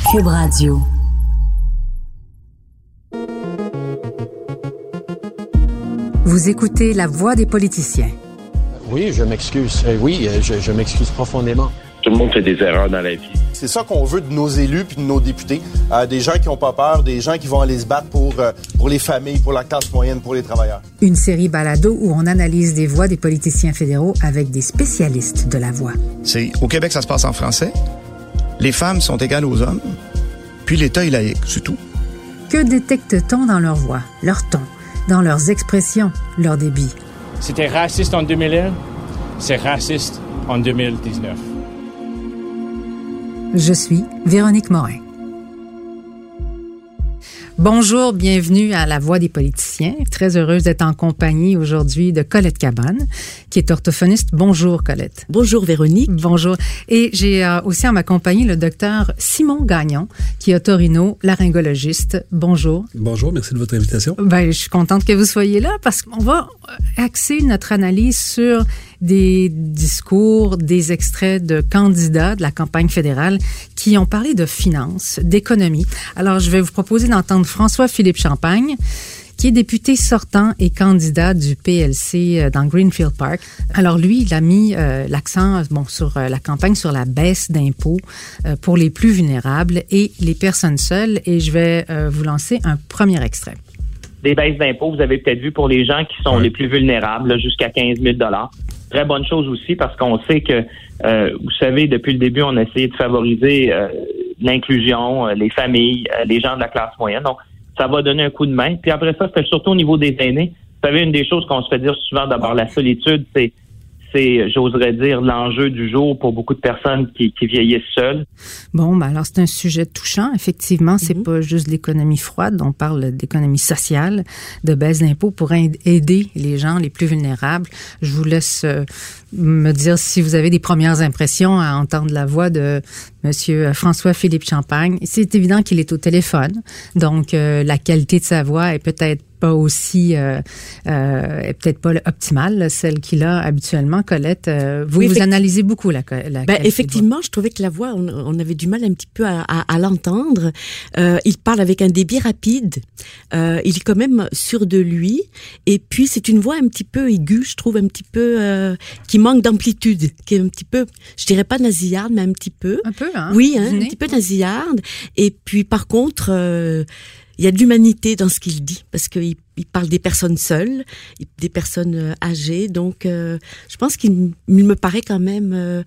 Cube Radio. Vous écoutez La Voix des politiciens. Oui, je m'excuse. Je m'excuse profondément. Tout le monde fait des erreurs dans la vie. C'est ça qu'on veut de nos élus puis de nos députés. Des gens qui n'ont pas peur, des gens qui vont aller se battre pour les familles, pour la classe moyenne, pour les travailleurs. Une série balado où on analyse des voix des politiciens fédéraux avec des spécialistes de la voix. Au Québec, ça se passe en français. Les femmes sont égales aux hommes. Puis l'État est laïque, c'est tout. Que détecte-t-on dans leur voix, leur ton, dans leurs expressions, leur débit? C'était raciste en 2001, c'est raciste en 2019. Je suis Véronique Morin. Bonjour, bienvenue à La Voix des politiciens. Très heureuse d'être en compagnie aujourd'hui de Colette Cabane, qui est orthophoniste. Bonjour, Colette. Bonjour, Véronique. Bonjour. Et j'ai aussi en ma compagnie le docteur Simon Gagnon, qui est otorino-laryngologiste. Bonjour. Bonjour, merci de votre invitation. Je suis contente que vous soyez là parce qu'on va axer notre analyse sur des discours, des extraits de candidats de la campagne fédérale qui ont parlé de finances, d'économie. Alors, je vais vous proposer d'entendre François-Philippe Champagne, qui est député sortant et candidat du PLC dans Greenfield Park. Alors lui, il a mis l'accent sur la campagne sur la baisse d'impôts pour les plus vulnérables et les personnes seules. Et je vais vous lancer un premier extrait. Des baisses d'impôts, vous avez peut-être vu pour les gens qui sont les plus vulnérables, là, jusqu'à 15 000 $. Très bonne chose aussi parce qu'on sait que, vous savez, depuis le début, on a essayé de favoriser l'inclusion, les familles, les gens de la classe moyenne. Donc, ça va donner un coup de main. Puis après ça, c'était surtout au niveau des aînés. Vous savez, une des choses qu'on se fait dire souvent, d'abord, la solitude, c'est j'oserais dire, l'enjeu du jour pour beaucoup de personnes qui vieillissent seules. Bon, alors c'est un sujet touchant. Effectivement, c'est pas juste l'économie froide. On parle d'économie sociale, de baisse d'impôts pour aider les gens les plus vulnérables. Je vous laisse me dire si vous avez des premières impressions à entendre la voix de Monsieur François-Philippe Champagne. C'est évident qu'il est au téléphone, donc la qualité de sa voix est peut-être pas aussi, est peut-être pas optimale, celle qu'il a habituellement. Colette, vous analysez beaucoup la qualité. Effectivement, je trouvais que la voix, on avait du mal un petit peu à l'entendre. Il parle avec un débit rapide. Il est quand même sûr de lui. Et puis, c'est une voix un petit peu aiguë, je trouve, un petit peu, qui manque d'amplitude, qui est un petit peu, je dirais pas nasillarde, mais un petit peu. Un peu, hein? Oui, un petit peu nasillarde. Et puis, par contre, il y a de l'humanité dans ce qu'il dit, parce qu'il parle des personnes seules, des personnes âgées. Donc, je pense qu'il me paraît quand même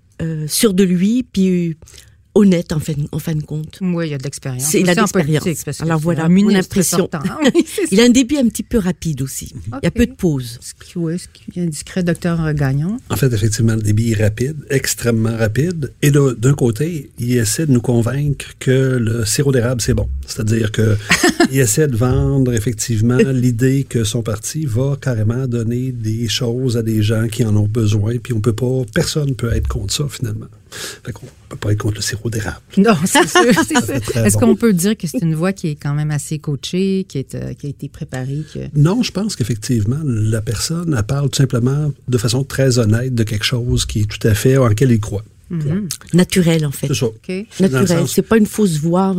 sûr de lui, puis honnête en fin de compte. Oui, il y a de l'expérience. Il a de l'expérience. Alors voilà, mon impression. Oui, il a un débit un petit peu rapide aussi. Okay. Il y a peu de pauses. Ce qui est discret, docteur Gagnon. En fait, effectivement, le débit est rapide, extrêmement rapide. Et d'un côté, il essaie de nous convaincre que le sirop d'érable, c'est bon. C'est-à-dire que il essaie de vendre effectivement l'idée que son parti va carrément donner des choses à des gens qui en ont besoin. Puis personne ne peut être contre ça finalement. Fait qu'on peut pas être contre le sirop d'érable. Non, c'est sûr. Est-ce qu'on peut dire que c'est une voix qui est quand même assez coachée, qui a été préparée? Non, je pense qu'effectivement, la personne, elle parle tout simplement de façon très honnête de quelque chose qui est tout à fait en lequel il croit. Mm-hmm. Naturel, en fait. C'est ça. Okay. Naturel. C'est pas une fausse voix.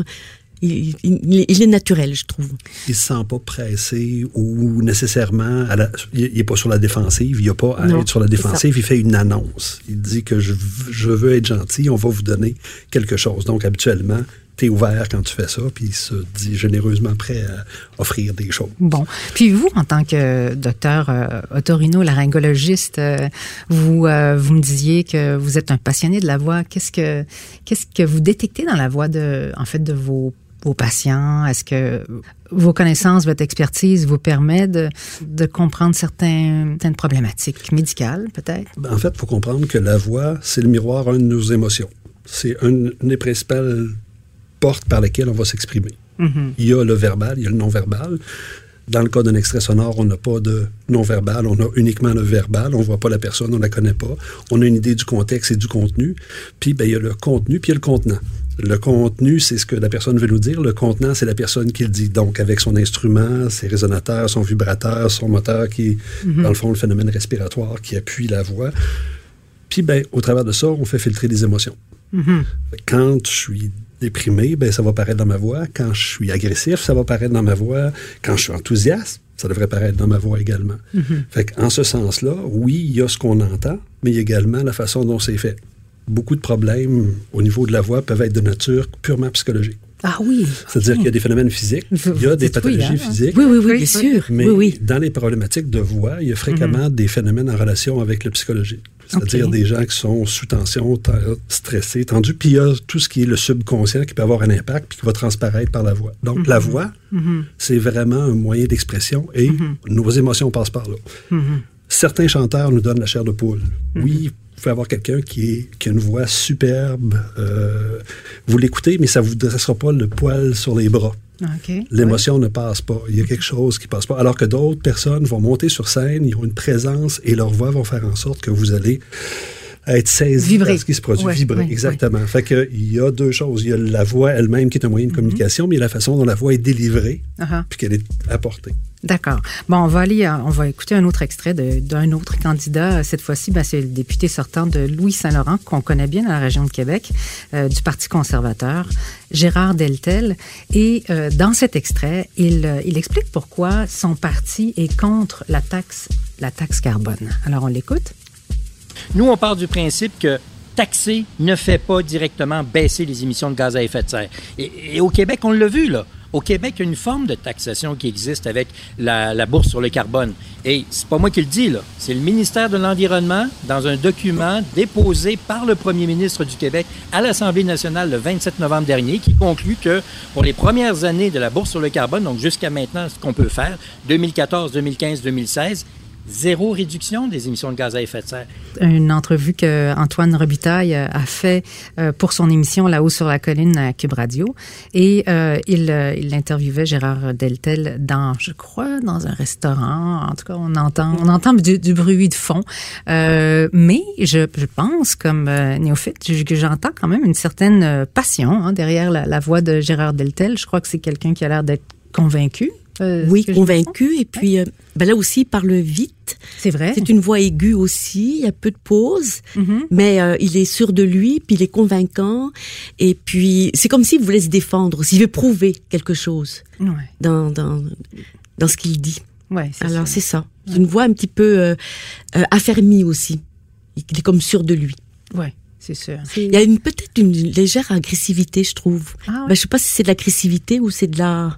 Il est naturel, je trouve. Il se sent pas pressé ou nécessairement... il n'est pas sur la défensive. Il n'a pas à être sur la défensive. Il fait une annonce. Il dit que je veux être gentil, on va vous donner quelque chose. Donc, habituellement, tu es ouvert quand tu fais ça, puis il se dit généreusement prêt à offrir des choses. Bon. Puis vous, en tant que docteur otorino-laryngologiste, vous me disiez que vous êtes un passionné de la voix. Qu'est-ce que vous détectez dans la voix de vos patients? Est-ce que vos connaissances, votre expertise vous permet de comprendre certaines problématiques médicales, peut-être? En fait, il faut comprendre que la voix, c'est le miroir de nos émotions. C'est une des principales portes par lesquelles on va s'exprimer. Mm-hmm. Il y a le verbal, il y a le non-verbal. Dans le cas d'un extrait sonore, on n'a pas de non-verbal, on a uniquement le verbal, on ne voit pas la personne, on ne la connaît pas. On a une idée du contexte et du contenu. Puis, il y a le contenu, puis il y a le contenant. Le contenu, c'est ce que la personne veut nous dire. Le contenant, c'est la personne qui le dit. Donc, avec son instrument, ses résonateurs, son vibrateur, son moteur qui est, dans le fond, le phénomène respiratoire qui appuie la voix. Puis, au travers de ça, on fait filtrer les émotions. Quand je suis déprimé, ben ça va paraître dans ma voix. Quand je suis agressif, ça va paraître dans ma voix. Quand je suis enthousiaste, ça devrait paraître dans ma voix également. Fait qu'en ce sens-là, oui, il y a ce qu'on entend, mais il y a également la façon dont c'est fait. Beaucoup de problèmes au niveau de la voix peuvent être de nature purement psychologique. Ah oui. C'est-à-dire qu'il y a des phénomènes physiques, il y a des pathologies physiques. Oui, bien sûr. Mais dans les problématiques de voix, il y a fréquemment des phénomènes en relation avec le psychologique. C'est-à-dire des gens qui sont sous tension, stressés, tendus. Puis il y a tout ce qui est le subconscient qui peut avoir un impact puis qui va transparaître par la voix. Donc la voix, c'est vraiment un moyen d'expression et nos émotions passent par là. Certains chanteurs nous donnent la chair de poule. Oui, vous pouvez avoir quelqu'un qui a une voix superbe. Vous l'écoutez, mais ça ne vous dressera pas le poil sur les bras. Okay. L'émotion ne passe pas. Il y a quelque chose qui ne passe pas. Alors que d'autres personnes vont monter sur scène, ils ont une présence et leur voix vont faire en sorte que vous allez être saisi par ce qui se produit. Vibrer, exactement. Fait que il y a deux choses. Il y a la voix elle-même qui est un moyen de communication, mais il y a la façon dont la voix est délivrée puis qu'elle est apportée. D'accord. Bon, on va écouter un autre extrait d'un autre candidat. Cette fois-ci, c'est le député sortant de Louis-Saint-Laurent, qu'on connaît bien dans la région de Québec, du Parti conservateur, Gérard Deltel. Et dans cet extrait, il explique pourquoi son parti est contre la taxe carbone. Alors, on l'écoute. Nous, on part du principe que taxer ne fait pas directement baisser les émissions de gaz à effet de serre. Et au Québec, on l'a vu, là. Au Québec, il y a une forme de taxation qui existe avec la bourse sur le carbone. Et c'est pas moi qui le dis, là. C'est le ministère de l'Environnement, dans un document déposé par le premier ministre du Québec à l'Assemblée nationale le 27 novembre dernier, qui conclut que pour les premières années de la bourse sur le carbone, donc jusqu'à maintenant, ce qu'on peut faire, 2014, 2015, 2016, 0 réduction des émissions de gaz à effet de serre. Une entrevue que Antoine Robitaille a fait pour son émission Là-haut sur la colline à Cube Radio. Et il interviewait Gérard Deltel je crois, dans un restaurant. En tout cas, on entend du bruit de fond. Mais je pense, comme néophyte, que j'entends quand même une certaine passion derrière la voix de Gérard Deltel. Je crois que c'est quelqu'un qui a l'air d'être convaincu. Oui, convaincu. Et puis, là aussi, il parle vite. C'est vrai. C'est une voix aiguë aussi. Il y a peu de pauses. Mais il est sûr de lui, puis il est convaincant. Et puis, c'est comme s'il voulait se défendre, s'il veut prouver quelque chose dans ce qu'il dit. Ouais, alors, c'est ça. C'est une voix un petit peu affermie aussi. Il est comme sûr de lui. Oui. C'est sûr. Il y a peut-être une légère agressivité, je trouve. Ah, ouais. Je ne sais pas si c'est de l'agressivité ou c'est de la...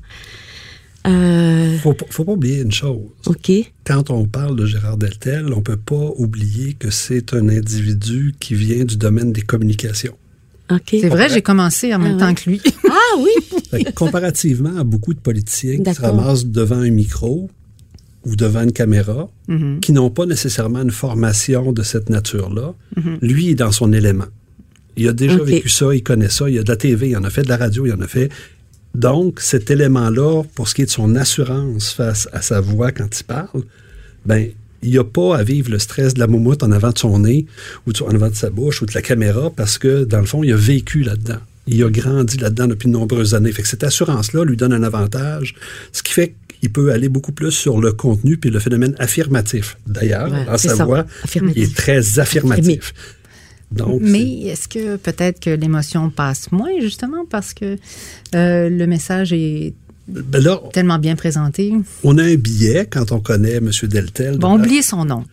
Faut pas oublier une chose. OK. Quand on parle de Gérard Deltel, on peut pas oublier que c'est un individu qui vient du domaine des communications. OK. C'est vrai, j'ai commencé en même temps que lui. Ah oui! Comparativement à beaucoup de politiciens qui se ramassent devant un micro ou devant une caméra, qui n'ont pas nécessairement une formation de cette nature-là, lui est dans son élément. Il a déjà vécu ça, il connaît ça, il a de la TV, il en a fait de la radio, il en a fait... Donc, cet élément-là, pour ce qui est de son assurance face à sa voix quand il parle, il n'y a pas à vivre le stress de la moumoute en avant de son nez ou en avant de sa bouche ou de la caméra parce que, dans le fond, il a vécu là-dedans. Il a grandi là-dedans depuis de nombreuses années. Fait que cette assurance-là lui donne un avantage, ce qui fait qu'il peut aller beaucoup plus sur le contenu puis le phénomène affirmatif. D'ailleurs, dans sa voix, il est très affirmatif. Donc, mais est-ce que peut-être que l'émotion passe moins, justement, parce que le message est tellement bien présenté? On a un biais quand on connaît M. Deltel. Bon, oubliez son nom.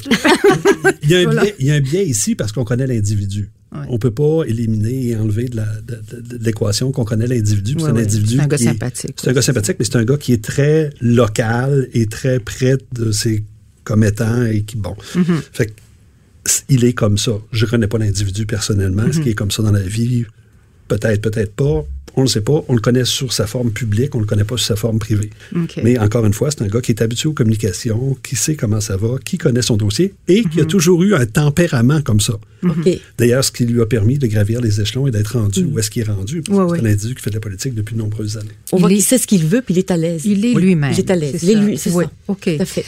Il y a un biais ici parce qu'on connaît l'individu. Ouais. On ne peut pas éliminer et enlever de l'équation qu'on connaît l'individu. C'est un individu c'est un gars sympathique. C'est un gars sympathique, mais c'est un gars qui est très local et très près de ses commettants et qui, fait que il est comme ça. Je ne connais pas l'individu personnellement. Est-ce qu'il est comme ça dans la vie? Peut-être, peut-être pas. On ne le sait pas. On le connaît sur sa forme publique, on ne le connaît pas sur sa forme privée. Okay. Mais encore une fois, c'est un gars qui est habitué aux communications, qui sait comment ça va, qui connaît son dossier et qui a toujours eu un tempérament comme ça. D'ailleurs, ce qui lui a permis de gravir les échelons et d'être rendu où est-ce qu'il est rendu. C'est un individu qui fait de la politique depuis de nombreuses années. On voit qu'il sait ce qu'il veut, puis il est à l'aise. Il est lui-même. Il est à l'aise. C'est ça. OK. Tout à fait.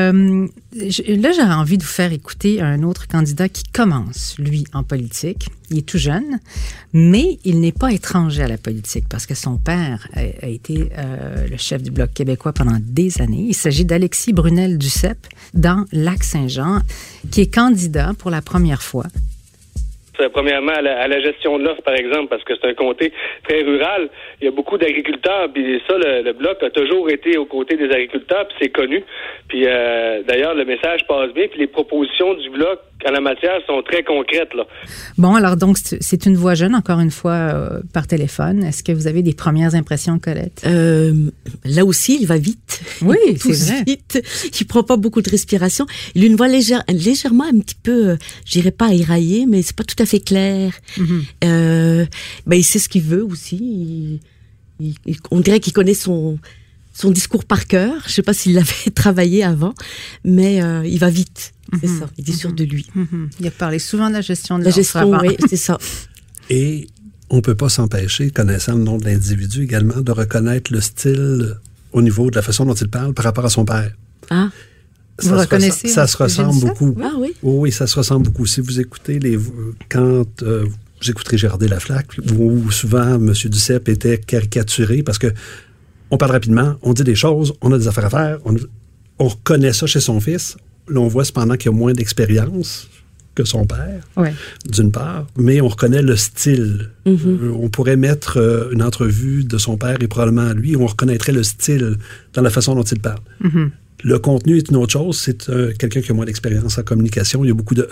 Là, j'aurais envie de vous faire écouter un autre candidat qui commence, lui, en politique. Il est tout jeune, mais il n'est pas étranger à la politique parce que son père a été le chef du Bloc québécois pendant des années. Il s'agit d'Alexis Brunel-Duceppe dans Lac-Saint-Jean, qui est candidat pour la première fois. premièrement, à la gestion de l'offre, par exemple, parce que c'est un comté très rural. Il y a beaucoup d'agriculteurs, puis ça, le Bloc a toujours été aux côtés des agriculteurs, puis c'est connu. Puis d'ailleurs, le message passe bien, puis les propositions du Bloc en la matière sont très concrètes, là. Bon, alors donc, c'est une voix jeune, encore une fois, par téléphone. Est-ce que vous avez des premières impressions, Colette? Là aussi, il va vite. Oui, c'est vrai. Vite. Il prend pas beaucoup de respiration. Il a une voix légèrement un petit peu, je dirais pas éraillée, mais c'est pas tout à fait clair. Mm-hmm. Il sait ce qu'il veut aussi. On dirait qu'il connaît son discours par cœur. Je sais pas s'il l'avait travaillé avant, mais il va vite. C'est ça. Il est sûr de lui. Il a parlé souvent de la gestion de la gestion, oui, c'est ça. Et on ne peut pas s'empêcher, connaissant le nom de l'individu également, de reconnaître le style au niveau de la façon dont il parle par rapport à son père. Ah. Vous reconnaissez? Ça se ressemble beaucoup. Ah oui? Oui, ça se ressemble beaucoup. Si vous écoutez quand j'écouterai Gérard Laflaque, où souvent M. Duceppe était caricaturé parce que on parle rapidement, on dit des choses, on a des affaires à faire, on reconnaît ça chez son fils. Là, on voit cependant qu'il y a moins d'expérience que son père, d'une part, mais on reconnaît le style. Mm-hmm. On pourrait mettre une entrevue de son père et probablement lui, on reconnaîtrait le style dans la façon dont il parle. Mm-hmm. Le contenu est une autre chose. C'est quelqu'un qui a moins d'expérience en communication. Il y a beaucoup de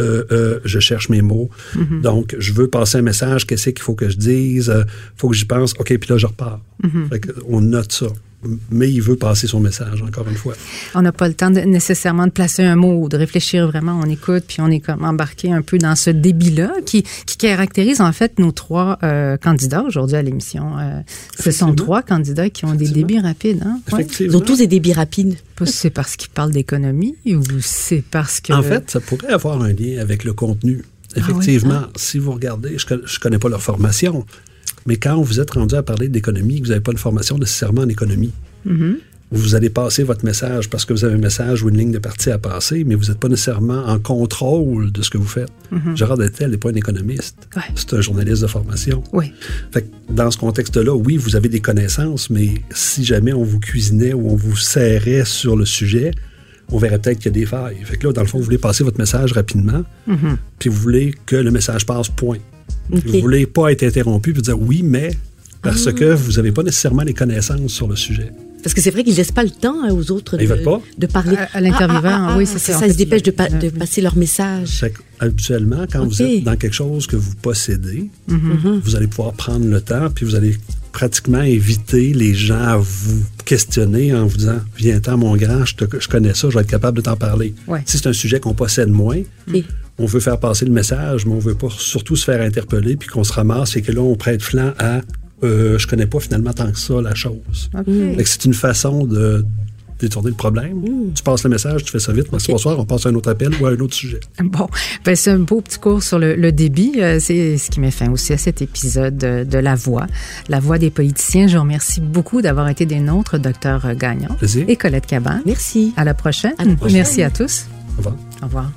je cherche mes mots. Mm-hmm. Donc, je veux passer un message. Qu'est-ce qu'il faut que je dise? Faut que j'y pense. OK, puis là, je repars. Mm-hmm. Fait qu'on note ça. Mais il veut passer son message, encore une fois. On n'a pas le temps nécessairement de placer un mot ou de réfléchir vraiment. On écoute, puis on est comme embarqué un peu dans ce débit-là qui caractérise en fait nos trois candidats aujourd'hui à l'émission. Ce sont trois candidats qui ont des débits rapides. Hein? Ils ont tous des débits rapides. C'est parce qu'ils parlent d'économie ou c'est parce que... En fait, ça pourrait avoir un lien avec le contenu. Effectivement, si vous regardez, je connais pas leur formation, mais quand vous êtes rendu à parler d'économie, vous n'avez pas une formation nécessairement en économie, vous allez passer votre message parce que vous avez un message ou une ligne de parti à passer, mais vous n'êtes pas nécessairement en contrôle de ce que vous faites. Gérard Deltel n'est pas un économiste. Ouais. C'est un journaliste de formation. Oui. Fait que dans ce contexte-là, oui, vous avez des connaissances, mais si jamais on vous cuisinait ou on vous serrait sur le sujet, on verrait peut-être qu'il y a des failles. Fait que là, dans le fond, vous voulez passer votre message rapidement, puis vous voulez que le message passe, point. Okay. Vous ne voulez pas être interrompu et dire oui, mais parce que vous n'avez pas nécessairement les connaissances sur le sujet. Parce que c'est vrai qu'ils ne laissent pas le temps aux autres de parler. À l'intervieweur, oui, c'est ça. Ils se dépêchent de passer leur message. Habituellement, quand vous êtes dans quelque chose que vous possédez, vous allez pouvoir prendre le temps, puis vous allez pratiquement éviter les gens à vous questionner en vous disant « Viens-t'en, mon grand, je connais ça, je vais être capable de t'en parler. Ouais. » Si c'est un sujet qu'on possède moins, on veut faire passer le message, mais on ne veut pas surtout se faire interpeller puis qu'on se ramasse et que là, on prête flanc à je connais pas finalement tant que ça la chose. Okay. C'est une façon de détourner le problème. Tu passes le message, tu fais ça vite. Merci, bonsoir, on passe à un autre appel ou à un autre sujet. Bon, c'est un beau petit cours sur le débit. C'est ce qui met fin aussi à cet épisode de La Voix des politiciens. Je vous remercie beaucoup d'avoir été des nôtres, Dr Gagnon et Colette Cabane. Merci. À la prochaine. Merci à tous. Au revoir. Au revoir.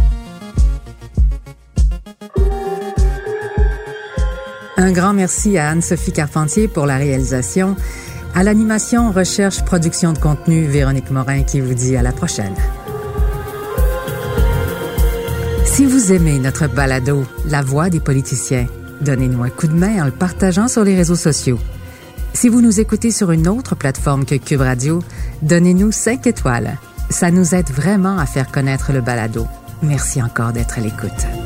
Un grand merci à Anne-Sophie Carpentier pour la réalisation. À l'animation, recherche, production de contenu, Véronique Morin qui vous dit à la prochaine. Si vous aimez notre balado, La Voix des politiciens, donnez-nous un coup de main en le partageant sur les réseaux sociaux. Si vous nous écoutez sur une autre plateforme que Cube Radio, donnez-nous 5 étoiles. Ça nous aide vraiment à faire connaître le balado. Merci encore d'être à l'écoute.